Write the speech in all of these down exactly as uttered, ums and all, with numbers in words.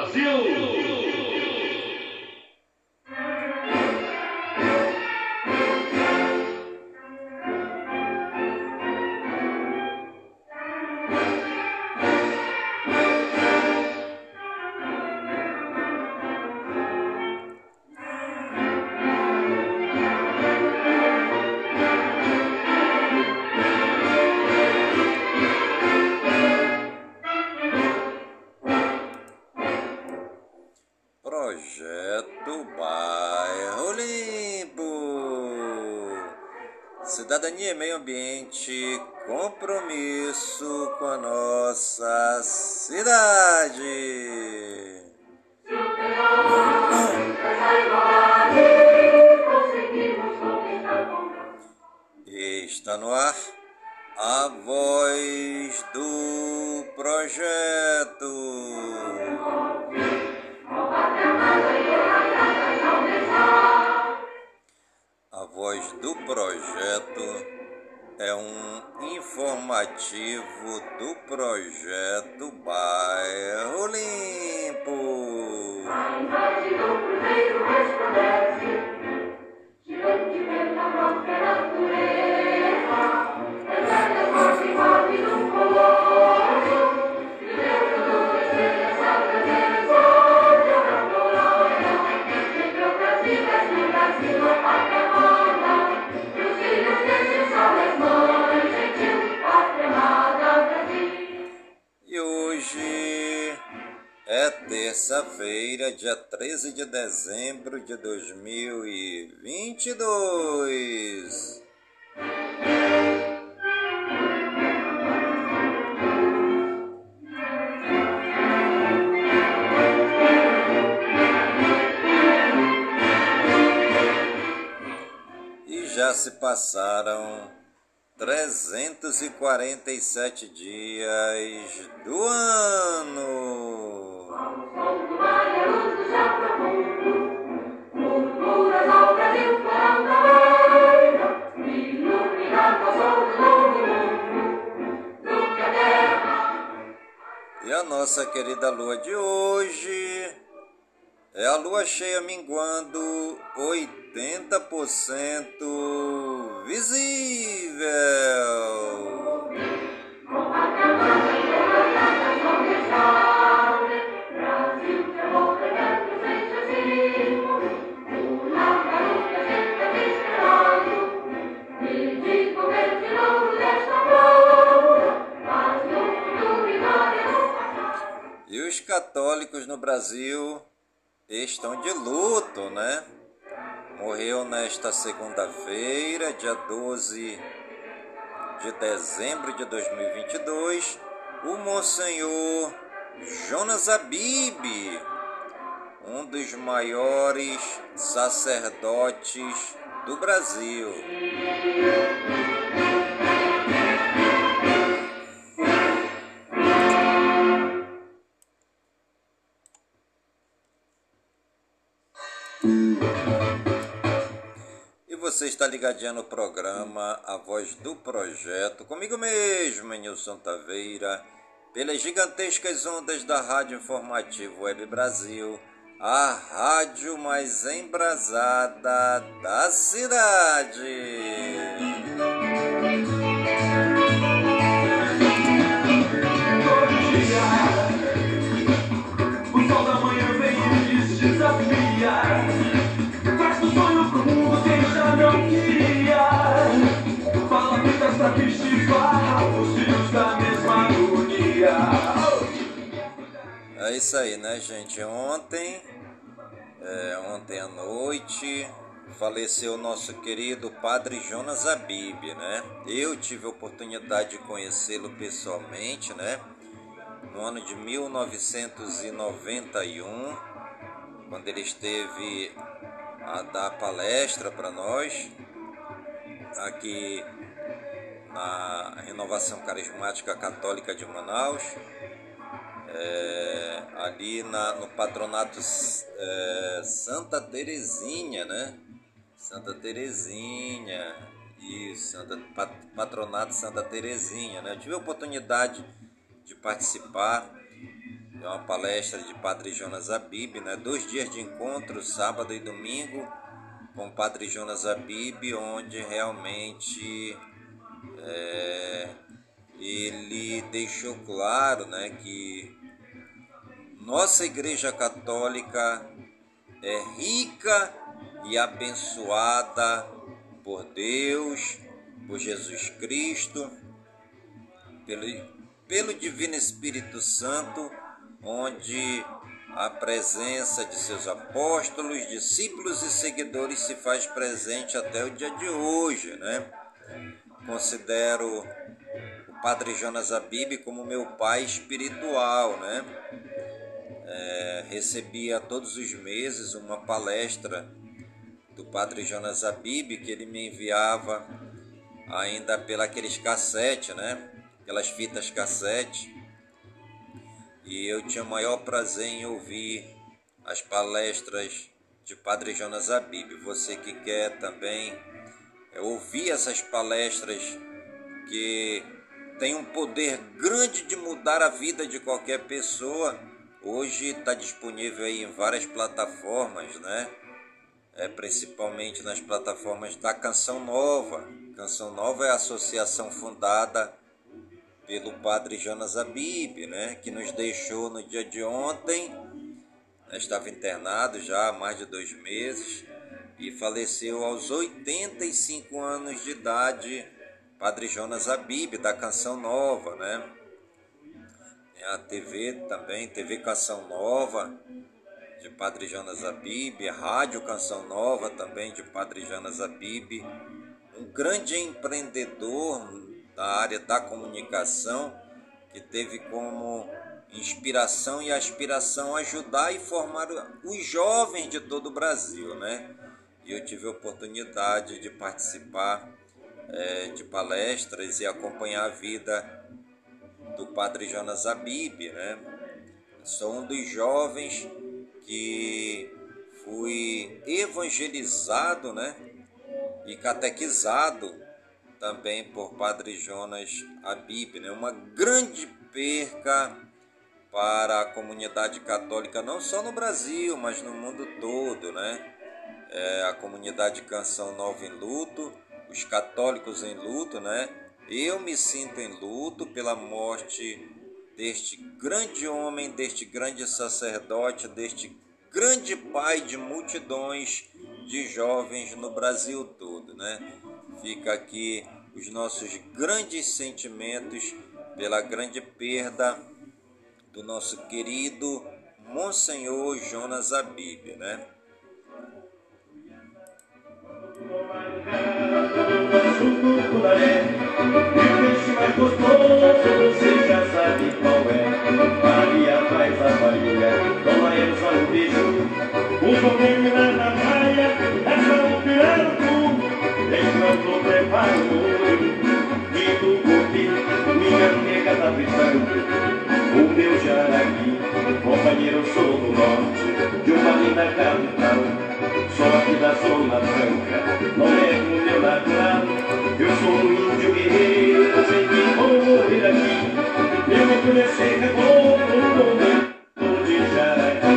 Brasil! Projeto Bairro Limpo. Cidadania e meio ambiente, compromisso com a nossa cidade. E está no ar a voz do projeto. A voz do projeto é um informativo do projeto Bairro Limpo. A imagem do cruzeiro resplandece, girante pela própria natureza, eterna força imóvel do colosso, e dentro do estrelas a grandeza, de obra colônia, entre o Brasil e no Brasil a pátria amada, e os filhos desse sol as mães, gentil, pátria amada Brasil. E hoje é terça-feira, dia treze de dezembro de dois mil e vinte e dois. E já se passaram trezentos e quarenta e sete dias do ano. Ao som do mar e a luz do céu profundo, murmuras ao Brasil farão da beira, iluminar com o sol do novo mundo, do que a terra. E a nossa querida lua de hoje é a lua cheia minguando oitenta por cento visível. Com pátria amada e todas as nações deixar, Brasil que amor eterno sem jacinto, o lábaro que a gente está esperando, e de comer de novo desta flora, mas no futuro e glória no passado. E os católicos no Brasil estão de luto, né? Morreu nesta segunda-feira, dia doze de dezembro de dois mil e vinte e dois, o Monsenhor Jonas Abib, um dos maiores sacerdotes do Brasil. E você está ligadinho no programa A Voz do Projeto, comigo mesmo, Nilson Taveira, pelas gigantescas ondas da Rádio Informativo Web Brasil, a rádio mais embrasada da cidade. O sol da manhã vem e nos desafia. Traz um sonho pro mundo quem já não queria. Fala fitas pra festival, os filhos da mesma agonia. É isso aí, né, gente? Ontem, é, ontem à noite, faleceu o nosso querido Padre Jonas Abib, né? Eu tive a oportunidade de conhecê-lo pessoalmente, né? No ano de mil novecentos e noventa e um, quando ele esteve a dar palestra para nós aqui na Renovação Carismática Católica de Manaus, é, ali na, no patronato é, Santa Terezinha, né? Santa Terezinha, isso, Santa, patronato Santa Terezinha, né? Eu tive a oportunidade de participar É uma palestra de Padre Jonas Abib, né? Dois dias de encontro, sábado e domingo, com o Padre Jonas Abib, onde realmente é, ele deixou claro, né, que nossa Igreja Católica é rica e abençoada por Deus, por Jesus Cristo, pelo, pelo Divino Espírito Santo, onde a presença de seus apóstolos, discípulos e seguidores se faz presente até o dia de hoje, né? Considero o Padre Jonas Abib como meu pai espiritual, né? É, recebia todos os meses uma palestra do Padre Jonas Abib, que ele me enviava ainda pela aqueles cassete, né? Aquelas fitas cassete. E eu tinha o maior prazer em ouvir as palestras de Padre Jonas Abib. Você que quer também é, ouvir essas palestras que tem um poder grande de mudar a vida de qualquer pessoa, hoje está disponível aí em várias plataformas, né? É, principalmente nas plataformas da Canção Nova. Canção Nova é a associação fundada pelo Padre Jonas Abib, né, que nos deixou no dia de ontem. Estava internado já há mais de dois meses e faleceu aos oitenta e cinco anos de idade, Padre Jonas Abib, da Canção Nova, né? A T V também, T V Canção Nova, de Padre Jonas Abib, Rádio Canção Nova também, de Padre Jonas Abib, um grande empreendedor da área da comunicação, que teve como inspiração e aspiração ajudar e formar os jovens de todo o Brasil, né? E eu tive a oportunidade de participar é, de palestras e acompanhar a vida do Padre Jonas Abib, né? Sou um dos jovens que fui evangelizado, né? E catequizado também por Padre Jonas Abib, né? Uma grande perca para a comunidade católica, não só no Brasil, mas no mundo todo, né? É, a comunidade Canção Nova em luto, os católicos em luto, né? Eu me sinto em luto pela morte deste grande homem, deste grande sacerdote, deste grande pai de multidões de jovens no Brasil todo, né? Fica aqui os nossos grandes sentimentos pela grande perda do nosso querido Monsenhor Jonas Abib, né? Você já sabe qual é. Maria faz a farinha, toma eu só um beijo. Um joguinho lá na praia, é só um pirarucu. Enquanto preparo o molho de tucupi, minha nega tá fritando o meu jaraqui. Companheiro, eu sou do norte, de uma linda capital. Sou aqui da Zona Franca, não é o meu natural. Eu sou um índio guerreiro, eu sei que vou morrer aqui. Eu vou conhecer reboco no momento de jaraqui.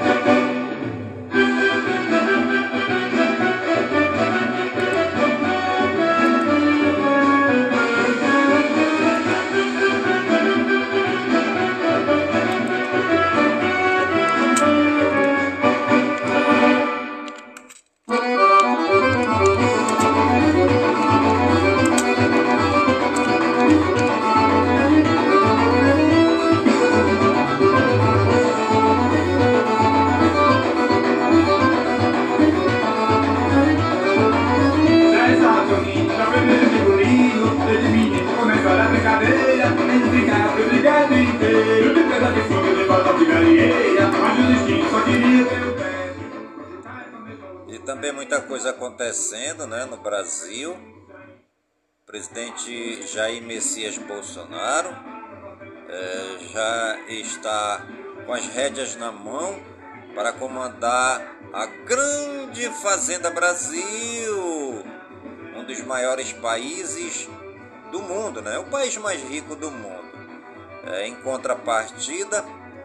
E também muita coisa acontecendo, né, no Brasil. O presidente Jair Messias Bolsonaro é, já está com as rédeas na mão para comandar a grande Fazenda Brasil, um dos maiores países do mundo, né? O país mais rico do mundo. É, em contrapartida,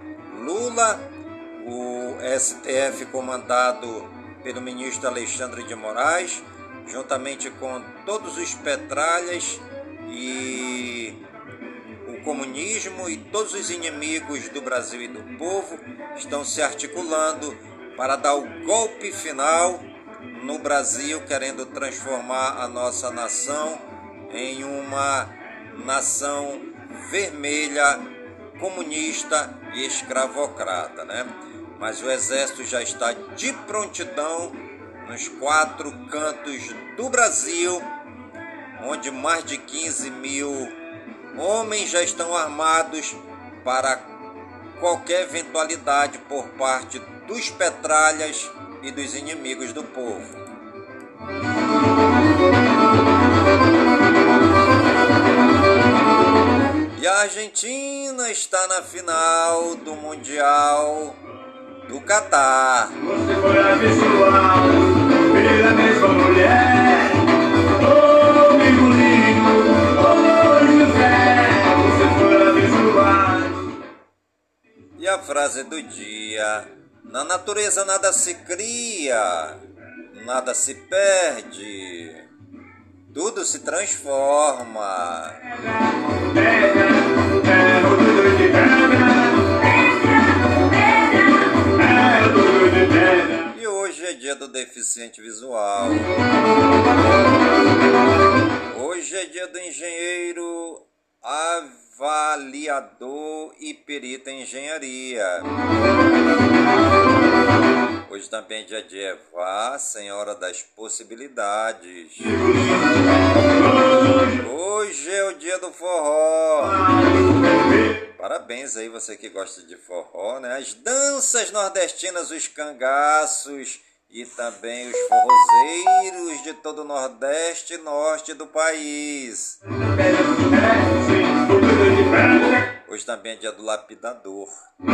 Lula, o S T F comandado pelo ministro Alexandre de Moraes, juntamente com todos os petralhas e o comunismo e todos os inimigos do Brasil e do povo, estão se articulando para dar o golpe final no Brasil, querendo transformar a nossa nação em uma nação vermelha, comunista e escravocrata, né? Mas o exército já está de prontidão nos quatro cantos do Brasil, onde mais de quinze mil homens já estão armados para qualquer eventualidade por parte dos petralhas e dos inimigos do povo. E a Argentina está na final do Mundial do Catar. Você foi abençoado pela mesma mulher. Oh, amigo lindo, oh, José, você foi abençoado. E a frase do dia: na natureza nada se cria, nada se perde, tudo se transforma. Pedra, é o doido de pedra. É o doido de pedra. E hoje é dia do deficiente visual. Hoje é dia do engenheiro avaliador e perito em engenharia. Hoje também é dia de Eva, Senhora das Possibilidades. Hoje é o dia do forró. Parabéns aí você que gosta de forró, né? As danças nordestinas, os cangaços e também os forrozeiros de todo o Nordeste e Norte do país. Hoje também é dia do lapidador.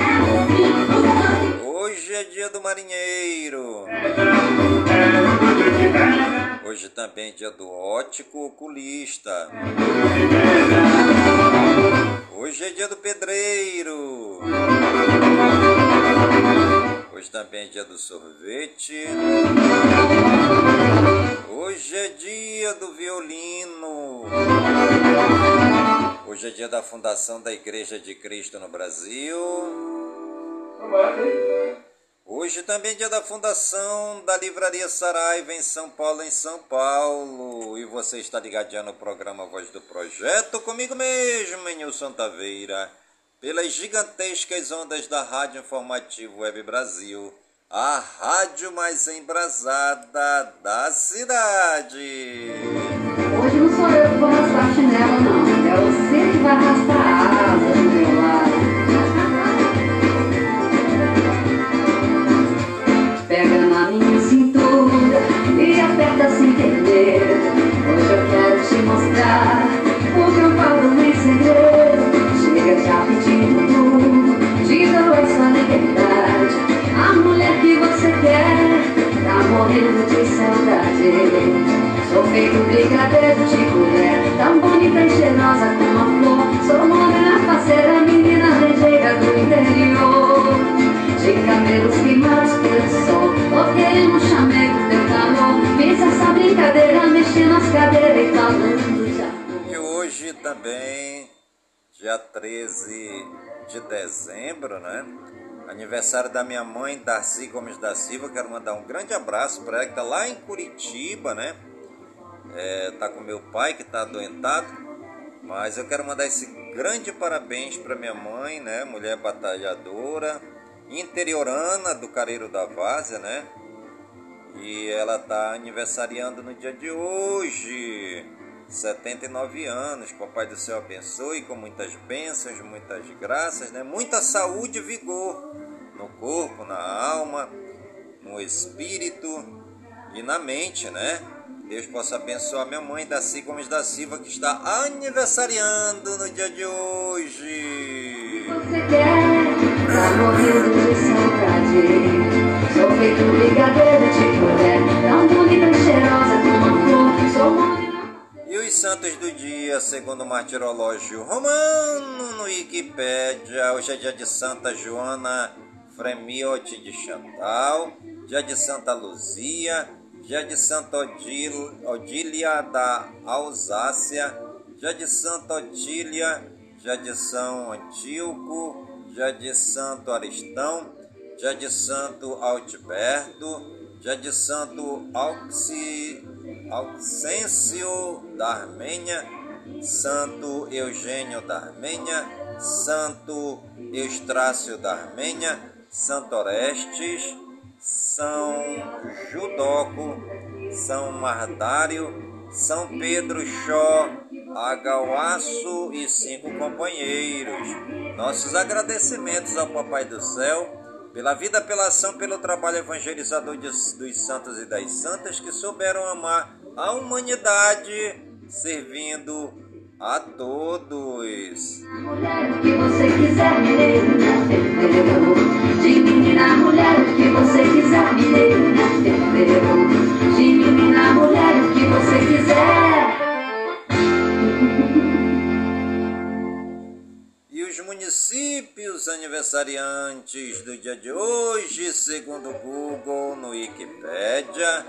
Hoje é dia do marinheiro. Hoje também é dia do ótico oculista. Hoje é dia do pedreiro. Hoje também é dia do sorvete. Hoje é dia do violino. Hoje é dia da fundação da Igreja de Cristo no Brasil. Hoje também é dia da fundação da Livraria Saraiva em São Paulo, em São Paulo. E você está ligadinho no programa Voz do Projeto, comigo mesmo, Nilson Taveira, pelas gigantescas ondas da Rádio Informativo Web Brasil, a rádio mais embrasada da cidade. Hoje não sou eu que vou arrastar chinelo, não. É você que vai arrastar a asa do meu lado. Pega na minha cintura e aperta sem querer. Hoje eu quero te mostrar o que eu falo em segredo. Chega já pedindo tudo, te dou essa liberdade. A mulher que você quer tá morrendo de saudade. Sou feito brigadeiro de colher, tão bonita e cheirosa como a flor. Sou morena, faceira, menina ligeira do interior. De cabelos queimados pelo sol, toquei no chamego teu calor. Fiz essa brincadeira, mexi nas cadeiras e falando de amor. E hoje também, dia treze de dezembro, né? Aniversário da minha mãe, Darcy Gomes da Silva. Quero mandar um grande abraço para ela, que está lá em Curitiba, né? É, tá com meu pai que tá adoentado, mas eu quero mandar esse grande parabéns para minha mãe, né? Mulher batalhadora, interiorana do Careiro da Várzea, né? E ela tá aniversariando no dia de hoje, setenta e nove anos. Papai do Céu abençoe com muitas bênçãos, muitas graças, né? Muita saúde e vigor no corpo, na alma, no espírito e na mente, né? Deus possa abençoar minha mãe, Darcy Gomes da Silva, que está aniversariando no dia de hoje. Você quer, tá morrendo de saudade. Sou feito brigadeiro de colher, tão bonita e cheirosa como a flor. Sou morena. E os santos do dia, segundo o martirológio romano no Wikipédia. Hoje é dia de Santa Joana Fremiote de Chantal, dia de Santa Luzia, dia de Santa Odil, Odília da Alsácia, dia de Santa Otília, dia de São Antíoco, dia de Santo Aristão, dia de Santo Altiberto, dia de Santo Auxi, Auxêncio da Armênia, Santo Eugênio da Armênia, Santo Eustrácio da Armênia, Santo Orestes, São Judoco, São Mardário, São Pedro Xó, Agauaço e cinco companheiros. Nossos agradecimentos ao Papai do Céu pela vida, pela ação, pelo trabalho evangelizador dos, dos santos e das santas que souberam amar a humanidade, servindo a todos. Mulher, o que você quiser, mineiro, de menina, mulher, o que você quiser, mineiro, de menina, mulher, o que você quiser. E os municípios aniversariantes do dia de hoje, segundo o Google, no Wikipédia: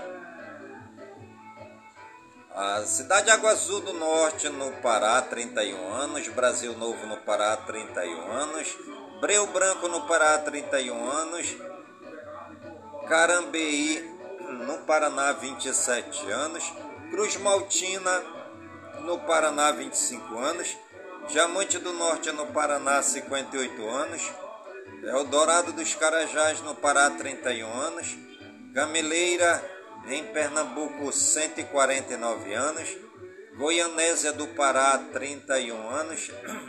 a cidade de Água Azul do Norte, no Pará, trinta e um anos. Brasil Novo, no Pará, trinta e um anos. Breu Branco, no Pará, trinta e um anos. Carambeí, no Paraná, vinte e sete anos. Cruz Maltina, no Paraná, vinte e cinco anos. Diamante do Norte, no Paraná, cinquenta e oito anos. Eldorado dos Carajás, no Pará, trinta e um anos. Gameleira, em Pernambuco, cento e quarenta e nove anos. Goianésia do Pará, trinta e um anos.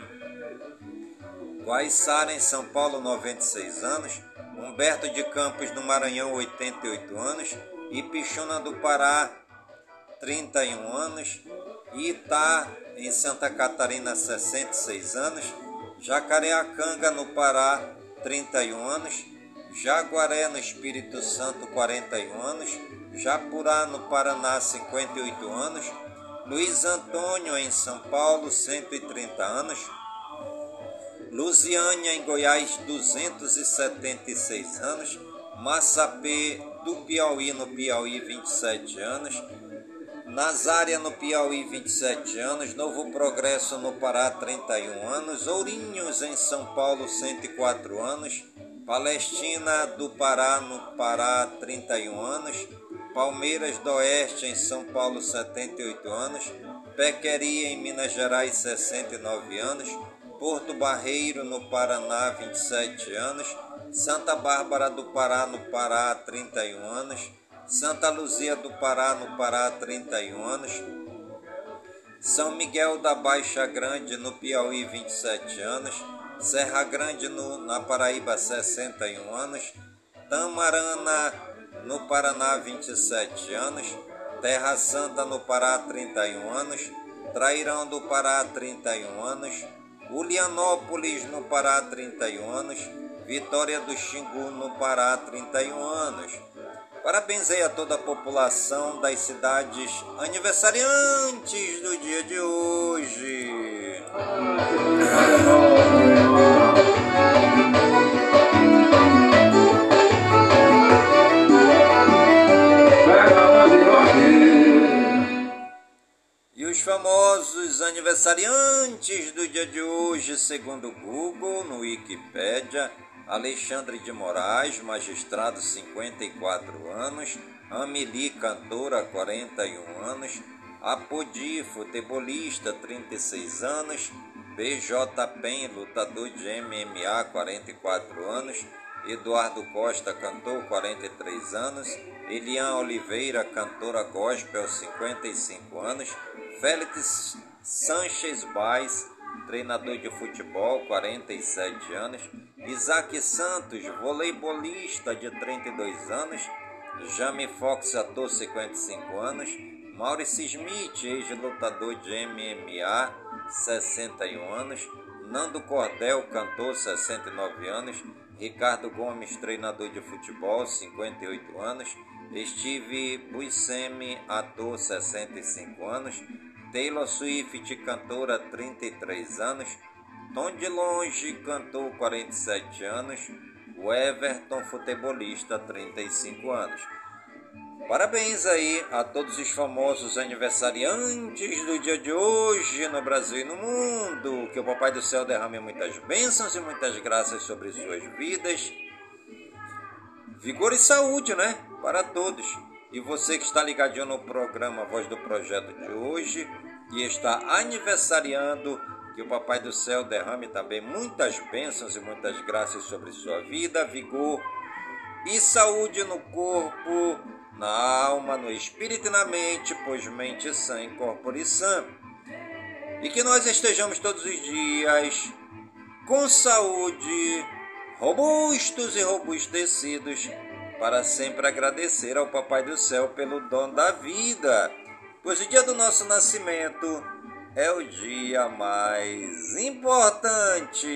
Guaiçara, em São Paulo, noventa e seis anos. Humberto de Campos, no Maranhão, oitenta e oito anos. Ipixuna do Pará, trinta e um anos. Itá, em Santa Catarina, sessenta e seis anos. Jacareacanga, no Pará, trinta e um anos. Jaguaré, no Espírito Santo, quarenta e um anos. Japurá, no Paraná, cinquenta e oito anos. Luiz Antônio, em São Paulo, cento e trinta anos. Lusiânia, em Goiás, duzentos e setenta e seis anos. Massapê do Piauí, no Piauí, vinte e sete anos. Nazária, no Piauí, vinte e sete anos. Novo Progresso, no Pará, trinta e um anos. Ourinhos, em São Paulo, cento e quatro anos. Palestina do Pará, no Pará, trinta e um anos. Palmeiras do Oeste, em São Paulo, setenta e oito anos. Pequeri, em Minas Gerais, sessenta e nove anos. Porto Barreiro, no Paraná, vinte e sete anos. Santa Bárbara do Pará, no Pará, trinta e um anos. Santa Luzia do Pará, no Pará, trinta e um anos. São Miguel da Baixa Grande, no Piauí, vinte e sete anos. Serra Grande, no, na Paraíba, sessenta e um anos. Tamarana, no Paraná, vinte e sete anos. Terra Santa, no Pará, trinta e um anos. Trairão do Pará, trinta e um anos. Ulianópolis, no Pará, trinta e um anos. Vitória do Xingu, no Pará, trinta e um anos. Parabéns a toda a população das cidades aniversariantes do dia de hoje. E os famosos aniversariantes do dia de hoje, segundo o Google, no Wikipédia: Alexandre de Moraes, magistrado, cinquenta e quatro anos. Amelie, cantora, quarenta e um anos. Apodi, futebolista, trinta e seis anos. B J Pen, lutador de M M A, quarenta e quatro anos. Eduardo Costa, cantor, quarenta e três anos. Elian Oliveira, cantora gospel, cinquenta e cinco anos. Félix Sanches Baez, treinador de futebol, quarenta e sete anos. Isaac Santos, voleibolista, de trinta e dois anos. Jamie Foxx, ator, cinquenta e cinco anos. Maurice Smith, ex-lutador de M M A, sessenta e um anos. Nando Cordel, cantor, sessenta e nove anos. Ricardo Gomes, treinador de futebol, cinquenta e oito anos. Steve Buscemi, ator, sessenta e cinco anos. Taylor Swift, cantora, trinta e três anos. Tom de Longe, cantor, quarenta e sete anos. O Everton, futebolista, trinta e cinco anos. Parabéns aí a todos os famosos aniversariantes do dia de hoje no Brasil e no mundo. Que o Papai do Céu derrame muitas bênçãos e muitas graças sobre suas vidas. Vigor e saúde, né? Para todos. E você que está ligadinho no programa Voz do Projeto de hoje e está aniversariando, que o Papai do Céu derrame também muitas bênçãos e muitas graças sobre sua vida, vigor e saúde no corpo, na alma, no espírito e na mente, pois mente sã e corpore sã. E que nós estejamos todos os dias com saúde, robustos e robustecidos, para sempre agradecer ao Papai do Céu pelo dom da vida, pois o dia do nosso nascimento é o dia mais importante.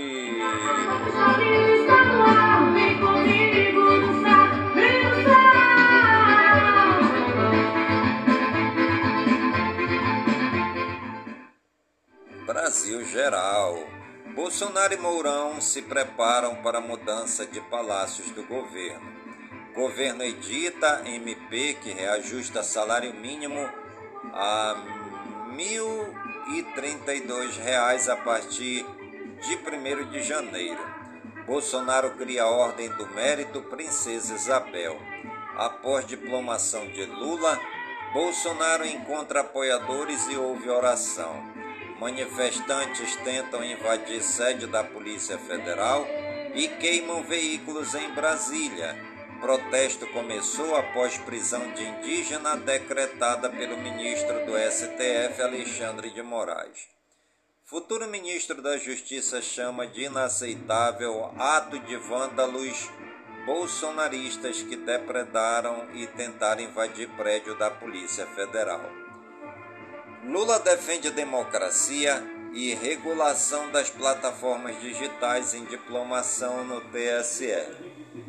Brasil geral. Bolsonaro e Mourão se preparam para a mudança de palácios do governo. Governo edita M P que reajusta salário mínimo a mil e trinta e dois reais a partir de primeiro de janeiro. Bolsonaro cria a Ordem do Mérito Princesa Isabel. Após diplomação de Lula, Bolsonaro encontra apoiadores e houve oração. Manifestantes tentam invadir sede da Polícia Federal e queimam veículos em Brasília. Protesto começou após prisão de indígena decretada pelo ministro do S T F, Alexandre de Moraes. Futuro ministro da Justiça chama de inaceitável ato de vândalos bolsonaristas que depredaram e tentaram invadir prédio da Polícia Federal. Lula defende democracia e regulação das plataformas digitais em diplomação no T S E.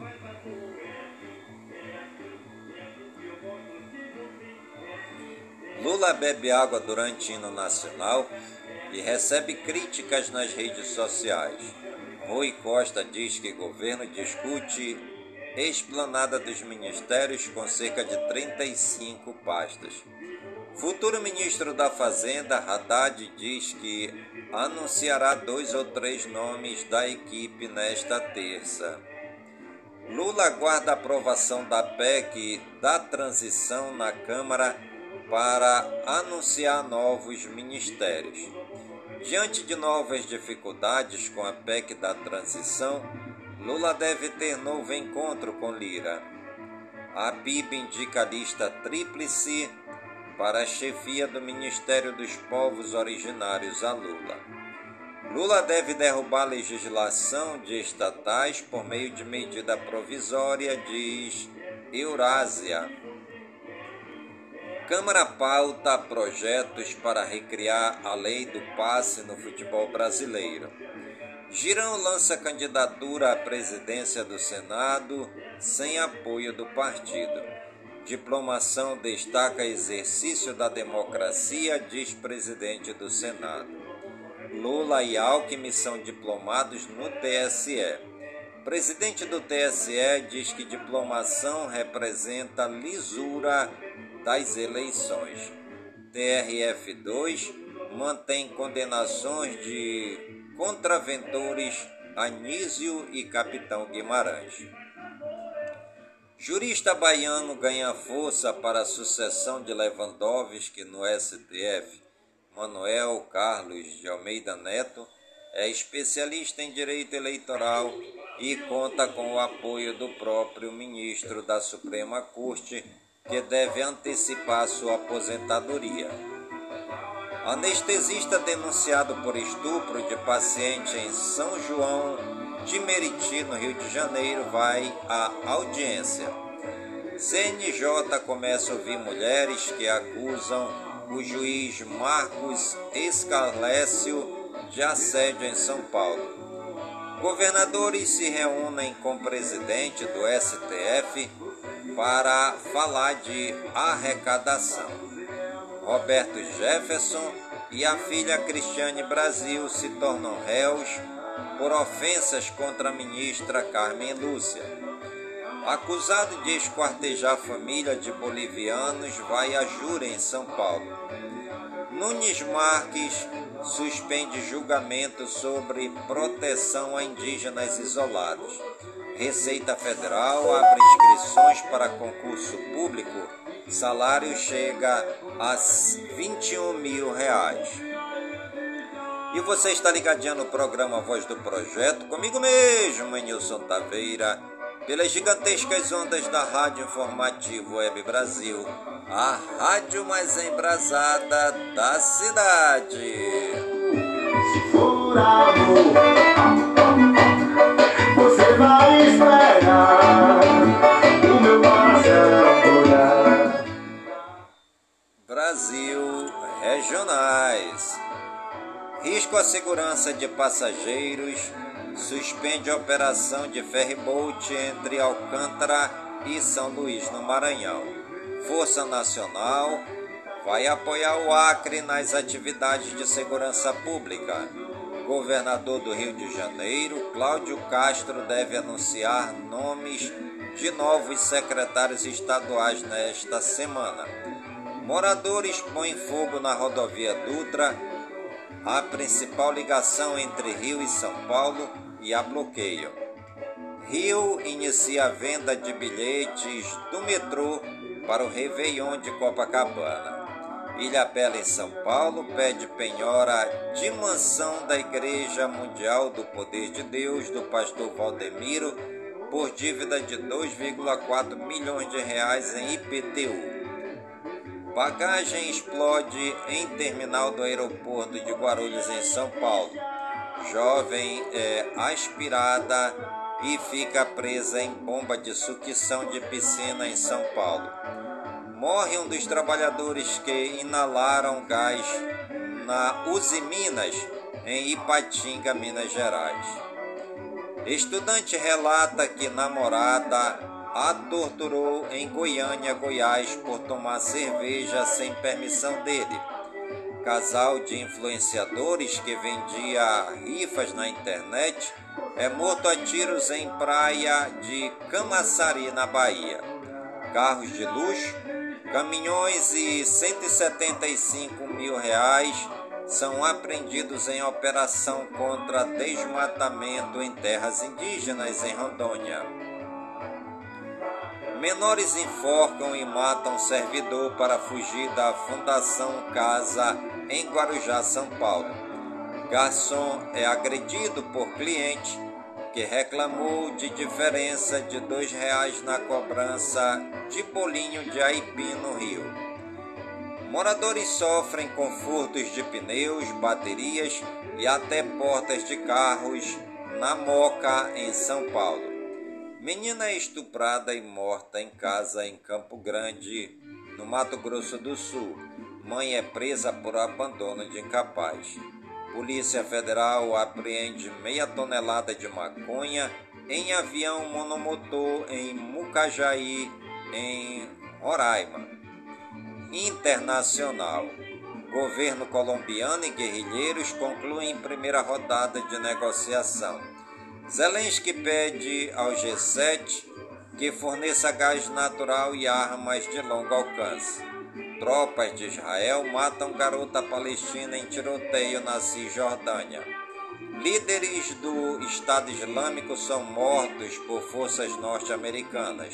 Lula bebe água durante hino nacional e recebe críticas nas redes sociais. Rui Costa diz que governo discute esplanada dos ministérios com cerca de trinta e cinco pastas. Futuro ministro da Fazenda, Haddad, diz que anunciará dois ou três nomes da equipe nesta terça. Lula aguarda a aprovação da P E C da transição na Câmara para anunciar novos ministérios. Diante de novas dificuldades com a P E C da transição, Lula deve ter novo encontro com Lira. A P I B indica a lista tríplice para a chefia do Ministério dos Povos Originários a Lula. Lula deve derrubar a legislação de estatais por meio de medida provisória, diz Eurásia. Câmara pauta projetos para recriar a lei do passe no futebol brasileiro. Girão lança candidatura à presidência do Senado sem apoio do partido. Diplomação destaca exercício da democracia, diz presidente do Senado. Lula e Alckmin são diplomados no T S E. Presidente do T S E diz que diplomação representa lisura das eleições. T R F dois mantém condenações de contraventores Anísio e Capitão Guimarães. Jurista baiano ganha força para a sucessão de Lewandowski no S T F. Manuel Carlos de Almeida Neto é especialista em direito eleitoral e conta com o apoio do próprio ministro da Suprema Corte, que deve antecipar sua aposentadoria. Anestesista denunciado por estupro de paciente em São João de Meriti, no Rio de Janeiro, vai à audiência. C N J começa a ouvir mulheres que acusam o juiz Marcos Escalécio de assédio em São Paulo. Governadores se reúnem com o presidente do S T F para falar de arrecadação. Roberto Jefferson e a filha Cristiane Brasil se tornam réus por ofensas contra a ministra Carmen Lúcia. Acusado de esquartejar a família de bolivianos, vai a júri em São Paulo. Nunes Marques suspende julgamento sobre proteção a indígenas isolados. Receita Federal abre inscrições para concurso público. Salário chega a vinte e um mil reais. E você está ligadinho no programa Voz do Projeto, comigo mesmo, Nilson Taveira, pelas gigantescas ondas da Rádio Informativo Web Brasil, a rádio mais embrasada da cidade. Se for amor, você vai esperar o meu coração olhar. Brasil Regionais. Risco à segurança de passageiros. Suspende a operação de ferryboat entre Alcântara e São Luís, no Maranhão. Força Nacional vai apoiar o Acre nas atividades de segurança pública. Governador do Rio de Janeiro, Cláudio Castro, deve anunciar nomes de novos secretários estaduais nesta semana. Moradores põem fogo na rodovia Dutra, a principal ligação entre Rio e São Paulo, e a bloqueiam. Rio inicia a venda de bilhetes do metrô para o Réveillon de Copacabana. Ilhabela, em São Paulo, pede penhora de mansão da Igreja Mundial do Poder de Deus do pastor Valdemiro por dívida de dois vírgula quatro milhões de reais em I P T U. Bagagem explode em terminal do aeroporto de Guarulhos, em São Paulo. Jovem é aspirada e fica presa em bomba de sucção de piscina em São Paulo. Morre um dos trabalhadores que inalaram gás na Uzi Minas, em Ipatinga, Minas Gerais. Estudante relata que namorada a torturou em Goiânia, Goiás, por tomar cerveja sem permissão dele. Casal de influenciadores que vendia rifas na internet é morto a tiros em praia de Camaçari, na Bahia. Carros de luxo, caminhões e cento e setenta e cinco mil reais são apreendidos em operação contra desmatamento em terras indígenas em Rondônia. Menores enforcam e matam servidor para fugir da Fundação Casa em Guarujá, São Paulo. Garçom é agredido por cliente que reclamou de diferença de dois reais na cobrança de bolinho de aipim no Rio. Moradores sofrem com furtos de pneus, baterias e até portas de carros na Moca, em São Paulo. Menina é estuprada e morta em casa em Campo Grande, no Mato Grosso do Sul. Mãe é presa por abandono de incapaz. Polícia Federal apreende meia tonelada de maconha em avião monomotor em Mucajaí, em Roraima. Internacional. Governo colombiano e guerrilheiros concluem primeira rodada de negociação. Zelensky pede ao G sete que forneça gás natural e armas de longo alcance. Tropas de Israel matam garota palestina em tiroteio na Cisjordânia. Líderes do Estado Islâmico são mortos por forças norte-americanas.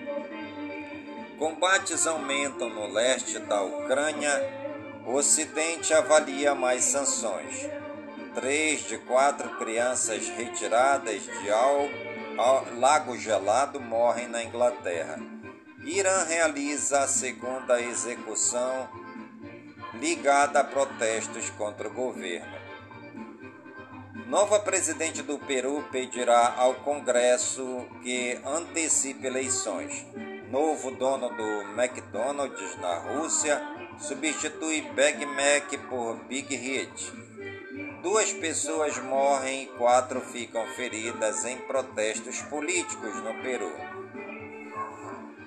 Combates aumentam no leste da Ucrânia. O Ocidente avalia mais sanções. Três de quatro crianças retiradas de Al, Al, Lago Gelado morrem na Inglaterra. Irã realiza a segunda execução ligada a protestos contra o governo. Nova presidente do Peru pedirá ao Congresso que antecipe eleições. Novo dono do McDonald's na Rússia substitui Big Mac por Big Hit. Duas pessoas morrem e quatro ficam feridas em protestos políticos no Peru.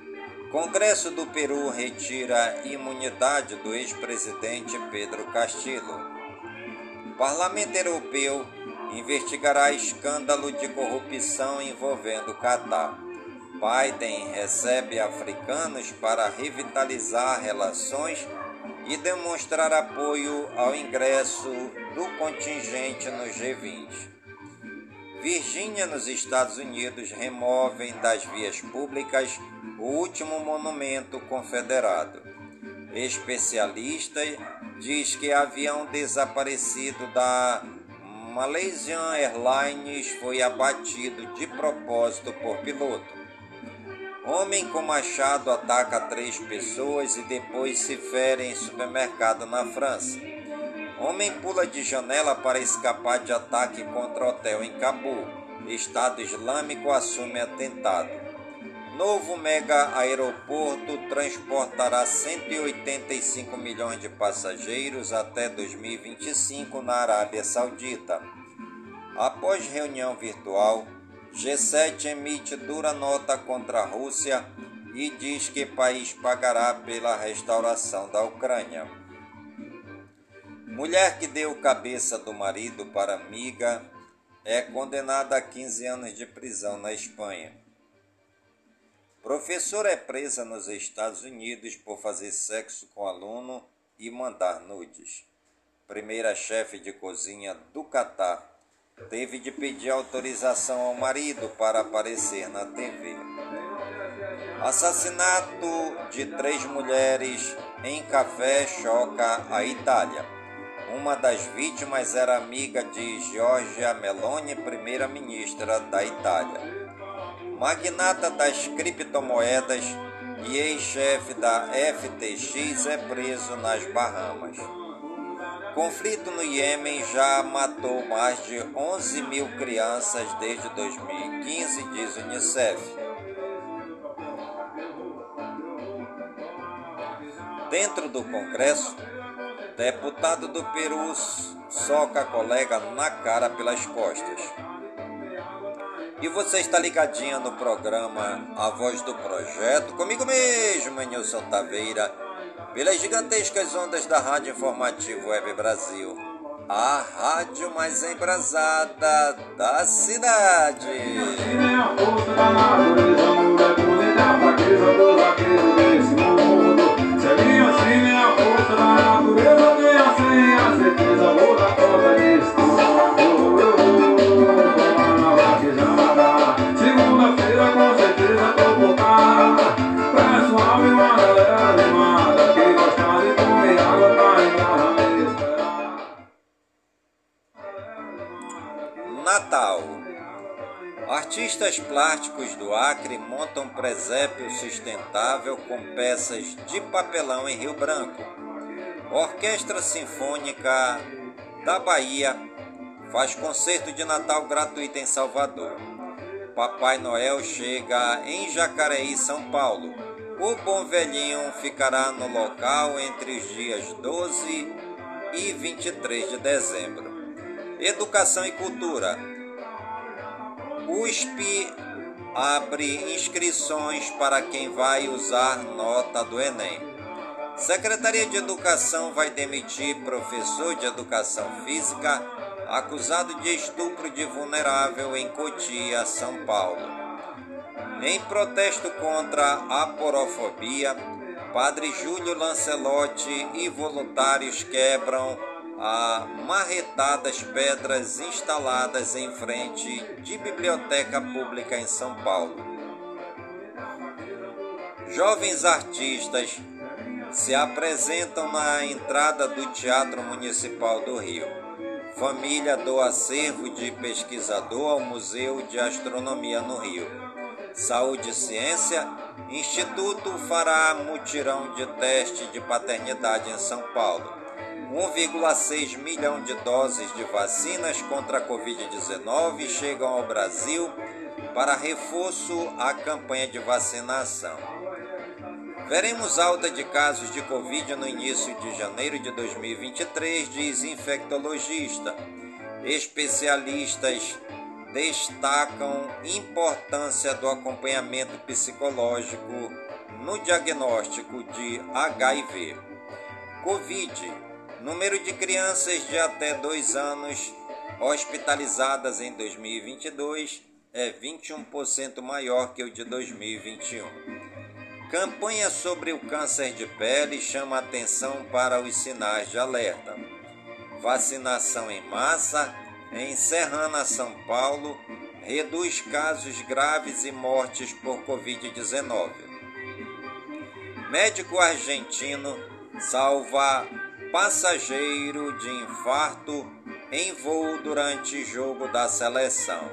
Congresso do Peru retira imunidade do ex-presidente Pedro Castillo. Parlamento Europeu investigará escândalo de corrupção envolvendo Catar. Biden recebe africanos para revitalizar relações e demonstrar apoio ao ingresso do contingente no G vinte. Virgínia, nos Estados Unidos, removem das vias públicas o último monumento confederado. Especialista diz que avião desaparecido da Malaysian Airlines foi abatido de propósito por piloto. Homem com machado ataca três pessoas e depois se fere em supermercado na França. Homem pula de janela para escapar de ataque contra hotel em Cabul. Estado Islâmico assume atentado. Novo mega aeroporto transportará cento e oitenta e cinco milhões de passageiros até dois mil e vinte e cinco na Arábia Saudita. Após reunião virtual, G sete emite dura nota contra a Rússia e diz que o país pagará pela restauração da Ucrânia. Mulher que deu cabeça do marido para amiga é condenada a quinze anos de prisão na Espanha. Professora é presa nos Estados Unidos por fazer sexo com aluno e mandar nudes. Primeira chefe de cozinha do Catar teve de pedir autorização ao marido para aparecer na T V. Assassinato de três mulheres em café choca a Itália. Uma das vítimas era amiga de Giorgia Meloni, primeira-ministra da Itália. Magnata das criptomoedas e ex-chefe da F T X é preso nas Bahamas. Conflito no Iêmen já matou mais de onze mil crianças desde dois mil e quinze, diz Unicef. Dentro do Congresso, deputado do Peru soca colega na cara pelas costas. E você está ligadinho no programa A Voz do Projeto, comigo mesmo, Nilson Taveira, pelas gigantescas ondas da Rádio Informativo Web Brasil, a rádio mais embrasada da cidade. Segunda-feira com certeza tô voltar. Peço alma e uma galera animada que gosta de comer água pra entrar me esperar. Natal. Artistas plásticos do Acre montam presépio sustentável com peças de papelão em Rio Branco. Orquestra Sinfônica da Bahia faz concerto de Natal gratuito em Salvador. Papai Noel chega em Jacareí, São Paulo. O Bom Velhinho ficará no local entre os dias doze e vinte e três de dezembro. Educação e Cultura. U S P abre inscrições para quem vai usar nota do Enem. Secretaria de Educação vai demitir professor de Educação Física acusado de estupro de vulnerável em Cotia, São Paulo. Em protesto contra a porofobia, Padre Júlio Lancelotti e voluntários quebram a marretadas pedras instaladas em frente de biblioteca pública em São Paulo. Jovens artistas se apresentam na entrada do Teatro Municipal do Rio. Família doa acervo de pesquisador ao Museu de Astronomia no Rio. Saúde e Ciência. Instituto fará mutirão de teste de paternidade em São Paulo. um vírgula seis milhão de doses de vacinas contra a covid dezenove chegam ao Brasil para reforço à campanha de vacinação. Veremos alta de casos de Covid no início de janeiro de dois mil e vinte e três, diz infectologista. Especialistas destacam importância do acompanhamento psicológico no diagnóstico de H I V. Covid. Número de crianças de até dois anos hospitalizadas em dois mil e vinte e dois é vinte e um por cento maior que o de dois mil e vinte e um. Campanha sobre o câncer de pele chama atenção para os sinais de alerta. Vacinação em massa em Serrana, São Paulo, reduz casos graves e mortes por covid dezenove. Médico argentino salva passageiro de infarto em voo durante jogo da seleção.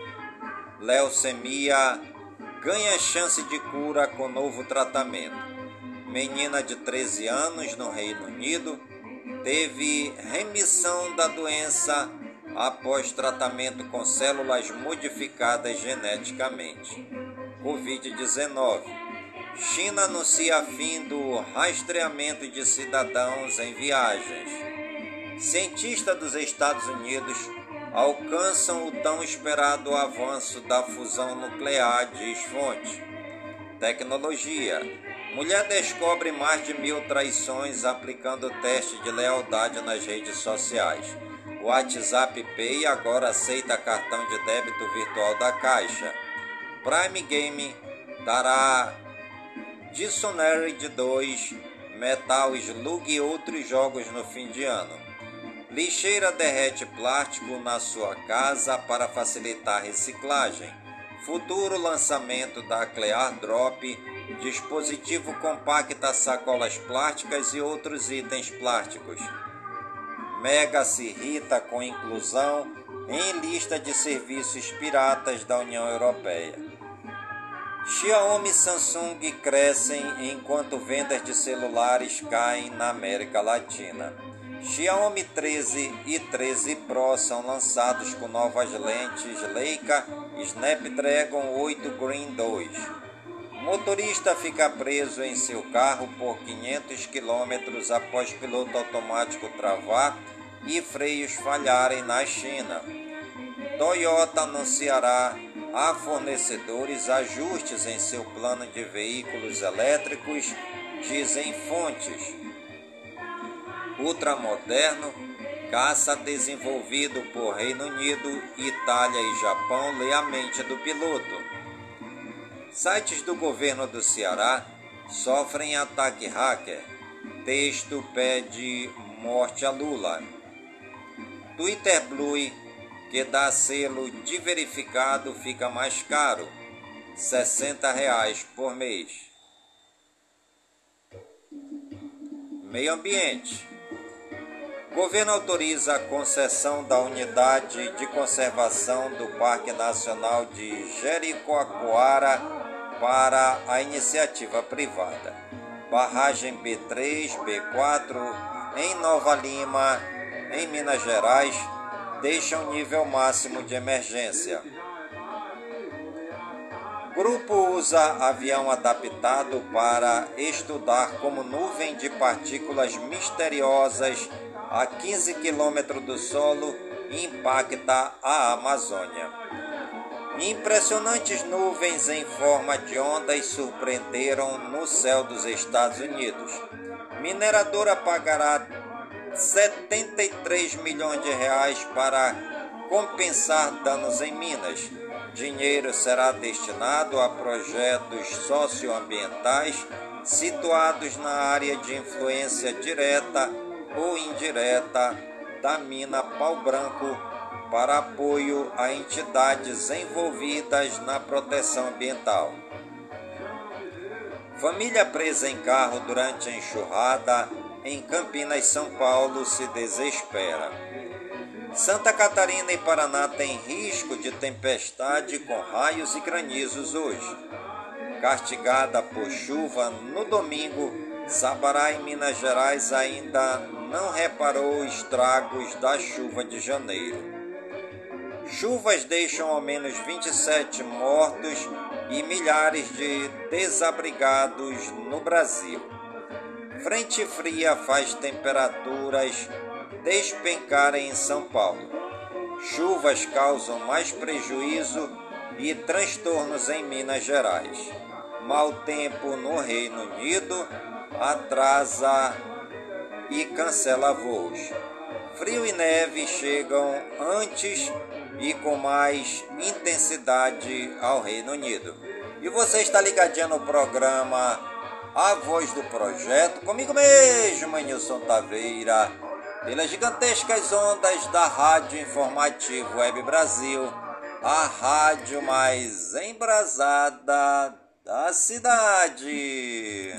Leucemia ganha chance de cura com novo tratamento. Menina de treze anos no Reino Unido teve remissão da doença após tratamento com células modificadas geneticamente. covid dezenove. China anuncia fim do rastreamento de cidadãos em viagens. Cientistas dos Estados Unidos alcançam o tão esperado avanço da fusão nuclear, diz fonte. Tecnologia. Mulher descobre mais de mil traições aplicando teste de lealdade nas redes sociais. O WhatsApp Pay agora aceita cartão de débito virtual da Caixa. Prime Game dará Dishonored dois, Metal Slug e outros jogos no fim de ano. Lixeira derrete plástico na sua casa para facilitar a reciclagem. Futuro lançamento da Clear Drop, dispositivo compacta sacolas plásticas e outros itens plásticos. Mega se irrita com inclusão em lista de serviços piratas da União Europeia. Xiaomi e Samsung crescem enquanto vendas de celulares caem na América Latina. Xiaomi treze e treze Pro são lançados com novas lentes Leica Snapdragon oito Green dois. Motorista fica preso em seu carro por quinhentos quilômetros após piloto automático travar e freios falharem na China. Toyota anunciará a fornecedores ajustes em seu plano de veículos elétricos, dizem fontes. Ultramoderno, caça desenvolvido por Reino Unido, Itália e Japão lê a mente do piloto. Sites do governo do Ceará sofrem ataque hacker. Texto pede morte a Lula. Twitter Blue, que dá selo de verificado, fica mais caro, sessenta reais por mês. Meio Ambiente. Governo autoriza a concessão da unidade de conservação do Parque Nacional de Jericoacoara para a iniciativa privada. Barragem B três, B quatro em Nova Lima, em Minas Gerais, deixam nível máximo de emergência. Grupo usa avião adaptado para estudar como nuvem de partículas misteriosas a quinze quilômetros do solo impacta a Amazônia. Impressionantes nuvens em forma de ondas surpreenderam no céu dos Estados Unidos. Mineradora pagará setenta e três milhões de reais para compensar danos em Minas. Dinheiro será destinado a projetos socioambientais situados na área de influência direta ou indireta da mina Pau Branco para apoio a entidades envolvidas na proteção ambiental. Família presa em carro durante a enxurrada em Campinas, São Paulo, se desespera. Santa Catarina e Paraná têm risco de tempestade com raios e granizos hoje. Castigada por chuva no domingo, Sabará, em Minas Gerais, ainda não reparou estragos da chuva de janeiro. Chuvas deixam ao menos vinte e sete mortos e milhares de desabrigados no Brasil. Frente fria faz temperaturas despencarem em São Paulo. Chuvas causam mais prejuízo e transtornos em Minas Gerais. Mau tempo no Reino Unido atrasa e cancela voos. Frio e neve chegam antes e com mais intensidade ao Reino Unido. E você está ligadinho no programa A Voz do Projeto, comigo mesmo, Nilson Taveira, pelas gigantescas ondas da Rádio Informativo Web Brasil, a rádio mais embrasada da cidade.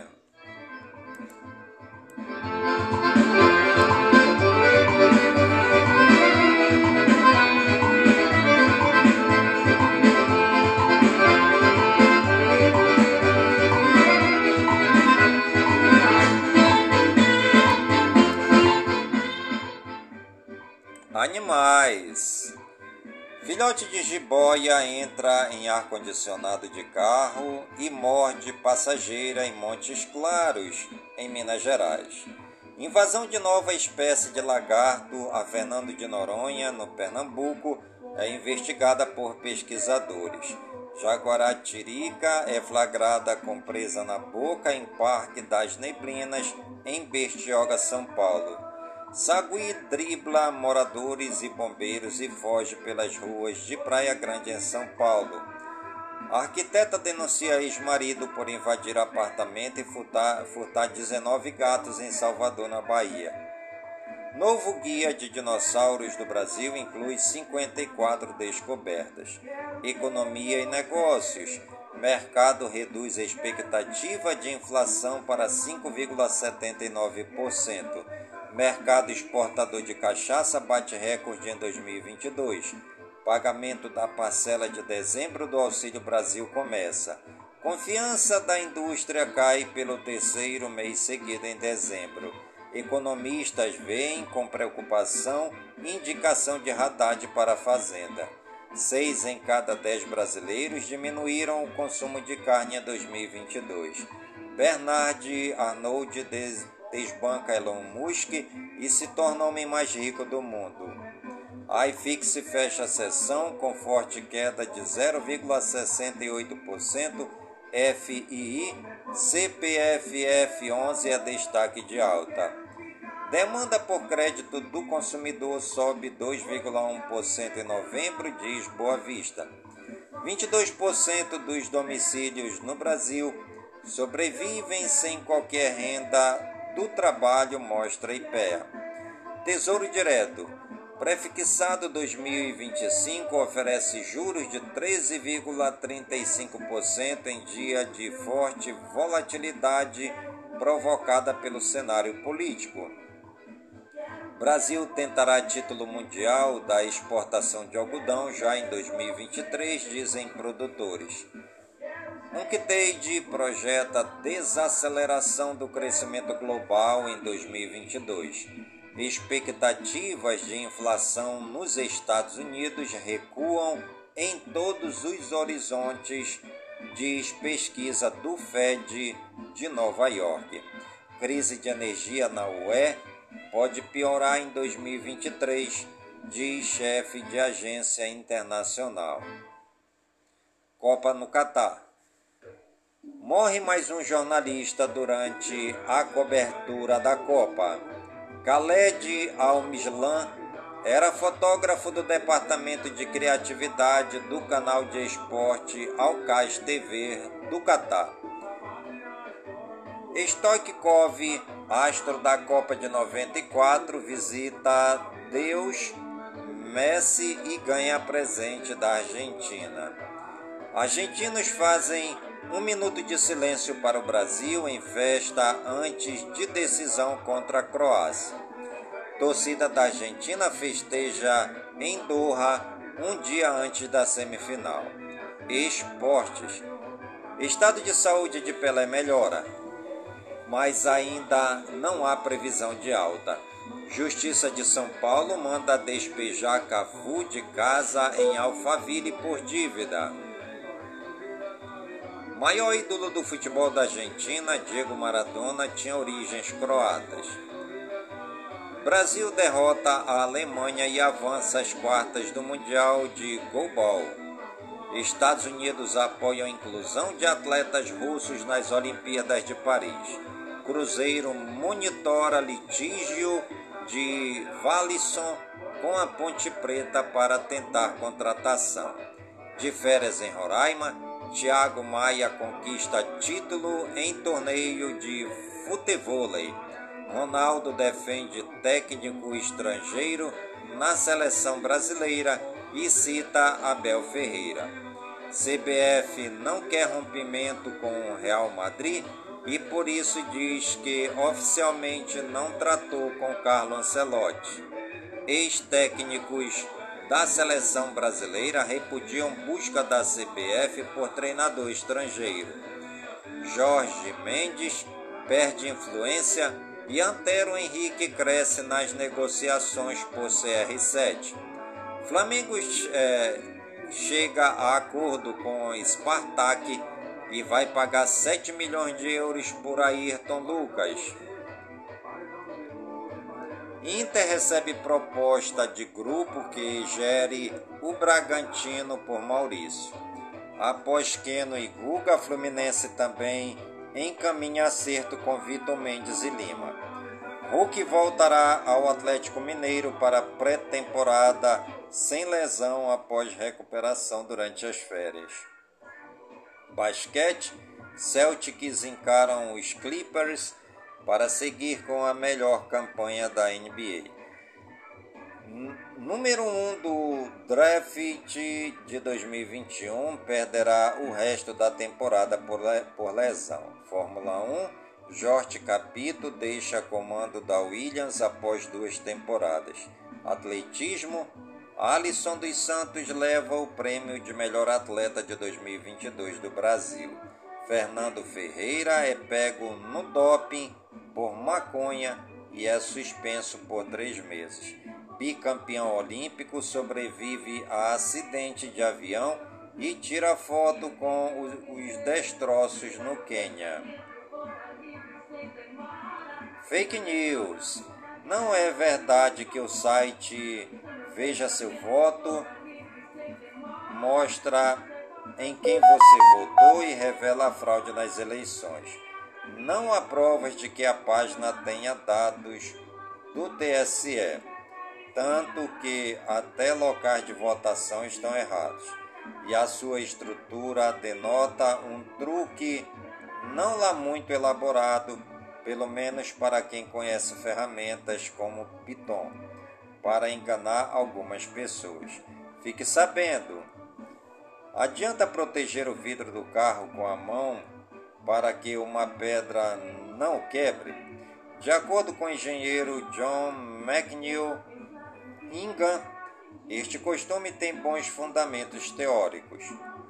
Animais. Filhote de jiboia entra em ar-condicionado de carro e morde passageira em Montes Claros, em Minas Gerais. Invasão de nova espécie de lagarto a Fernando de Noronha, no Pernambuco, é investigada por pesquisadores. Jaguaratirica é flagrada com presa na boca em Parque das Neblinas, em Bertioga, São Paulo. Sagui dribla moradores e bombeiros e foge pelas ruas de Praia Grande, em São Paulo. A arquiteta denuncia ex-marido por invadir apartamento e furtar, furtar dezenove gatos em Salvador, na Bahia. Novo guia de dinossauros do Brasil inclui cinquenta e quatro descobertas. Economia e negócios. Mercado reduz a expectativa de inflação para cinco vírgula setenta e nove por cento. Mercado exportador de cachaça bate recorde em dois mil e vinte e dois. Pagamento da parcela de dezembro do Auxílio Brasil começa. Confiança da indústria cai pelo terceiro mês seguido em dezembro. Economistas veem com preocupação indicação de Haddad para a Fazenda. Seis em cada dez brasileiros diminuíram o consumo de carne em dois mil e vinte e dois. Bernard Arnault des desbanca Elon Musk e se torna o homem mais rico do mundo. A iFix fecha a sessão com forte queda de zero vírgula sessenta e oito por cento. F I I, C P F F onze é destaque de alta. Demanda por crédito do consumidor sobe dois vírgula um por cento em novembro, diz Boa Vista. vinte e dois por cento dos domicílios no Brasil sobrevivem sem qualquer renda do trabalho, mostra I P E A. Tesouro Direto. Prefixado dois mil e vinte e cinco oferece juros de treze vírgula trinta e cinco por cento em dia de forte volatilidade provocada pelo cenário político. Brasil tentará título mundial da exportação de algodão já em dois mil e vinte e três, dizem produtores. UNCTAD projeta desaceleração do crescimento global em dois mil e vinte e dois. Expectativas de inflação nos Estados Unidos recuam em todos os horizontes, diz pesquisa do Fed de Nova York. Crise de energia na U E pode piorar em dois mil e vinte e três, diz chefe de agência internacional. Copa no Catar. Morre mais um jornalista durante a cobertura da Copa. Khaled Al-Mislan era fotógrafo do departamento de criatividade do canal de esporte Al-Qais T V do Catar. Stoichkov, astro da Copa de noventa e quatro, visita Deus, Messi e ganha presente da Argentina. Argentinos fazem um minuto de silêncio para o Brasil em festa antes de decisão contra a Croácia. Torcida da Argentina festeja em Doha um dia antes da semifinal. Esportes. Estado de saúde de Pelé melhora, mas ainda não há previsão de alta. Justiça de São Paulo manda despejar Cafu de casa em Alphaville por dívida. Maior ídolo do futebol da Argentina, Diego Maradona, tinha origens croatas. Brasil derrota a Alemanha e avança às quartas do Mundial de Goalball. Estados Unidos apoiam a inclusão de atletas russos nas Olimpíadas de Paris. Cruzeiro monitora litígio de Valisson com a Ponte Preta para tentar contratação. De férias em Roraima, Thiago Maia conquista título em torneio de futevôlei. Ronaldo defende técnico estrangeiro na seleção brasileira e cita Abel Ferreira. C B F não quer rompimento com o Real Madrid e por isso diz que oficialmente não tratou com Carlo Ancelotti. Ex-técnicos da seleção brasileira repudiam busca da C B F por treinador estrangeiro. Jorge Mendes perde influência e Antero Henrique cresce nas negociações por C R sete. Flamengo é, chega a acordo com Spartak e vai pagar sete milhões de euros por Ayrton Lucas. Inter recebe proposta de grupo que gere o Bragantino por Maurício. Após Keno e Guga, Fluminense também encaminha acerto com Vitor Mendes e Lima. Hulk voltará ao Atlético Mineiro para pré-temporada sem lesão após recuperação durante as férias. Basquete, Celtics encaram os Clippers para seguir com a melhor campanha da N B A. Número um do draft de dois mil e vinte e um perderá o resto da temporada por lesão. Fórmula um, Jorge Capito deixa comando da Williams após duas temporadas. Atletismo, Alisson dos Santos leva o prêmio de melhor atleta de dois mil e vinte e dois do Brasil. Fernando Ferreira é pego no doping por maconha e é suspenso por três meses. Bicampeão olímpico sobrevive a acidente de avião e tira foto com os destroços no Quênia. Fake news. Não é verdade que o site Veja Seu Voto mostra em quem você votou e revela a fraude nas eleições. Não há provas de que a página tenha dados do T S E, tanto que até locais de votação estão errados, e a sua estrutura denota um truque não lá muito elaborado, pelo menos para quem conhece ferramentas como Python, para enganar algumas pessoas. Fique sabendo, adianta proteger o vidro do carro com a mão para que uma pedra não o quebre? De acordo com o engenheiro John McNeil Ingham, este costume tem bons fundamentos teóricos.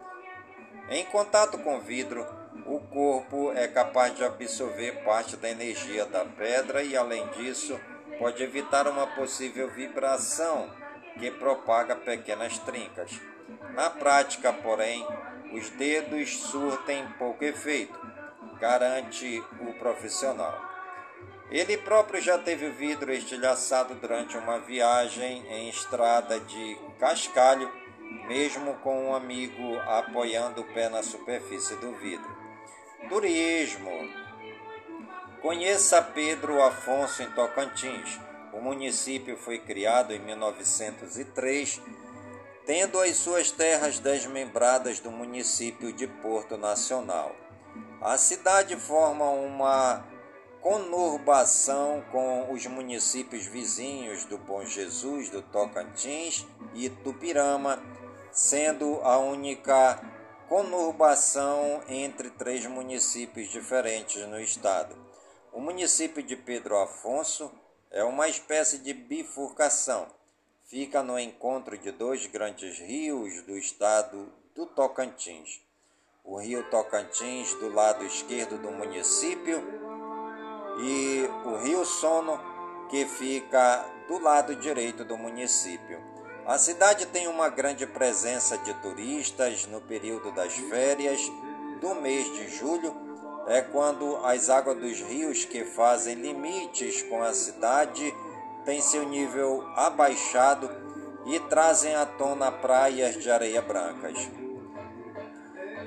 Em contato com vidro, o corpo é capaz de absorver parte da energia da pedra e, além disso, pode evitar uma possível vibração que propaga pequenas trincas. Na prática, porém, os dedos surtem pouco efeito, garante o profissional. Ele próprio já teve o vidro estilhaçado durante uma viagem em estrada de cascalho, mesmo com um amigo apoiando o pé na superfície do vidro. Turismo. Conheça Pedro Afonso em Tocantins. O município foi criado em mil novecentos e três, tendo as suas terras desmembradas do município de Porto Nacional. A cidade forma uma conurbação com os municípios vizinhos do Bom Jesus, do Tocantins e Tupirama, sendo a única conurbação entre três municípios diferentes no estado. O município de Pedro Afonso é uma espécie de bifurcação. Fica no encontro de dois grandes rios do estado do Tocantins. O rio Tocantins do lado esquerdo do município e o rio Sono, que fica do lado direito do município. A cidade tem uma grande presença de turistas no período das férias do mês de julho. É quando as águas dos rios que fazem limites com a cidade têm seu nível abaixado e trazem à tona praias de areia brancas.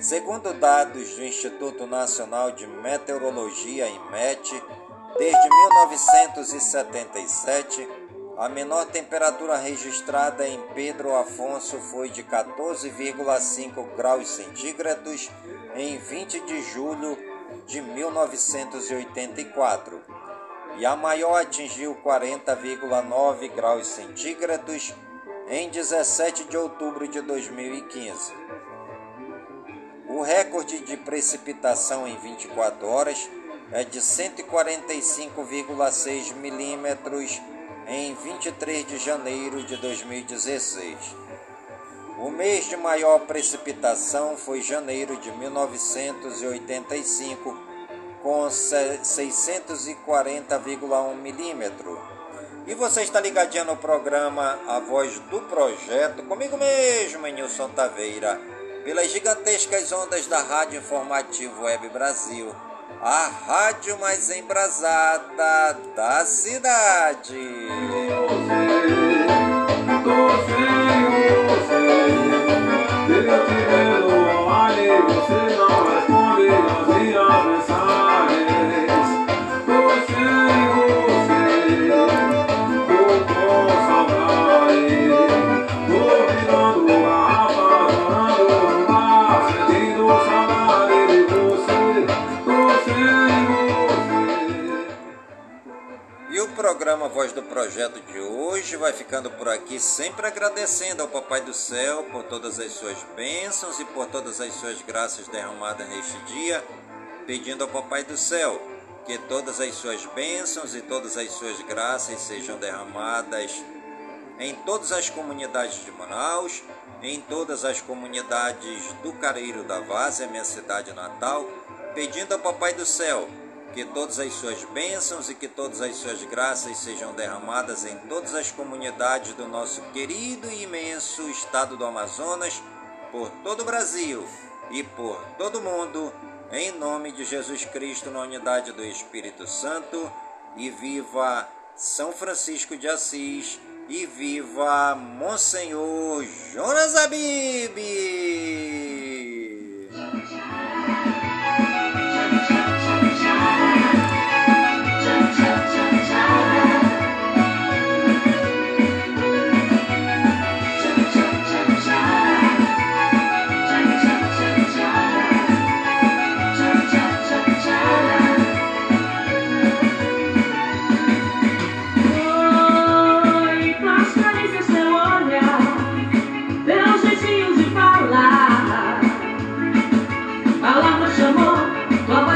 Segundo dados do Instituto Nacional de Meteorologia, INMET, desde mil novecentos e setenta e sete, a menor temperatura registrada em Pedro Afonso foi de quatorze vírgula cinco graus centígrados em vinte de julho de mil novecentos e oitenta e quatro, e a maior atingiu quarenta vírgula nove graus centígrados em dezessete de outubro de dois mil e quinze. O recorde de precipitação em vinte e quatro horas é de cento e quarenta e cinco vírgula seis milímetros em vinte e três de janeiro de dois mil e dezesseis. O mês de maior precipitação foi janeiro de mil novecentos e oitenta e cinco, com seiscentos e quarenta vírgula um milímetros. E você está ligadinho no programa A Voz do Projeto, comigo mesmo, Nilson Taveira, pelas gigantescas ondas da Rádio Informativo Web Brasil, a rádio mais embrasada da cidade. O programa Voz do Projeto de hoje vai ficando por aqui, sempre agradecendo ao Papai do Céu por todas as suas bênçãos e por todas as suas graças derramadas neste dia, pedindo ao Papai do Céu que todas as suas bênçãos e todas as suas graças sejam derramadas em todas as comunidades de Manaus, em todas as comunidades do Careiro da Várzea, minha cidade natal, pedindo ao Papai do Céu que todas as suas bênçãos e que todas as suas graças sejam derramadas em todas as comunidades do nosso querido e imenso estado do Amazonas, por todo o Brasil e por todo o mundo, em nome de Jesus Cristo, na unidade do Espírito Santo, e viva São Francisco de Assis, e viva Monsenhor Jonas Abib!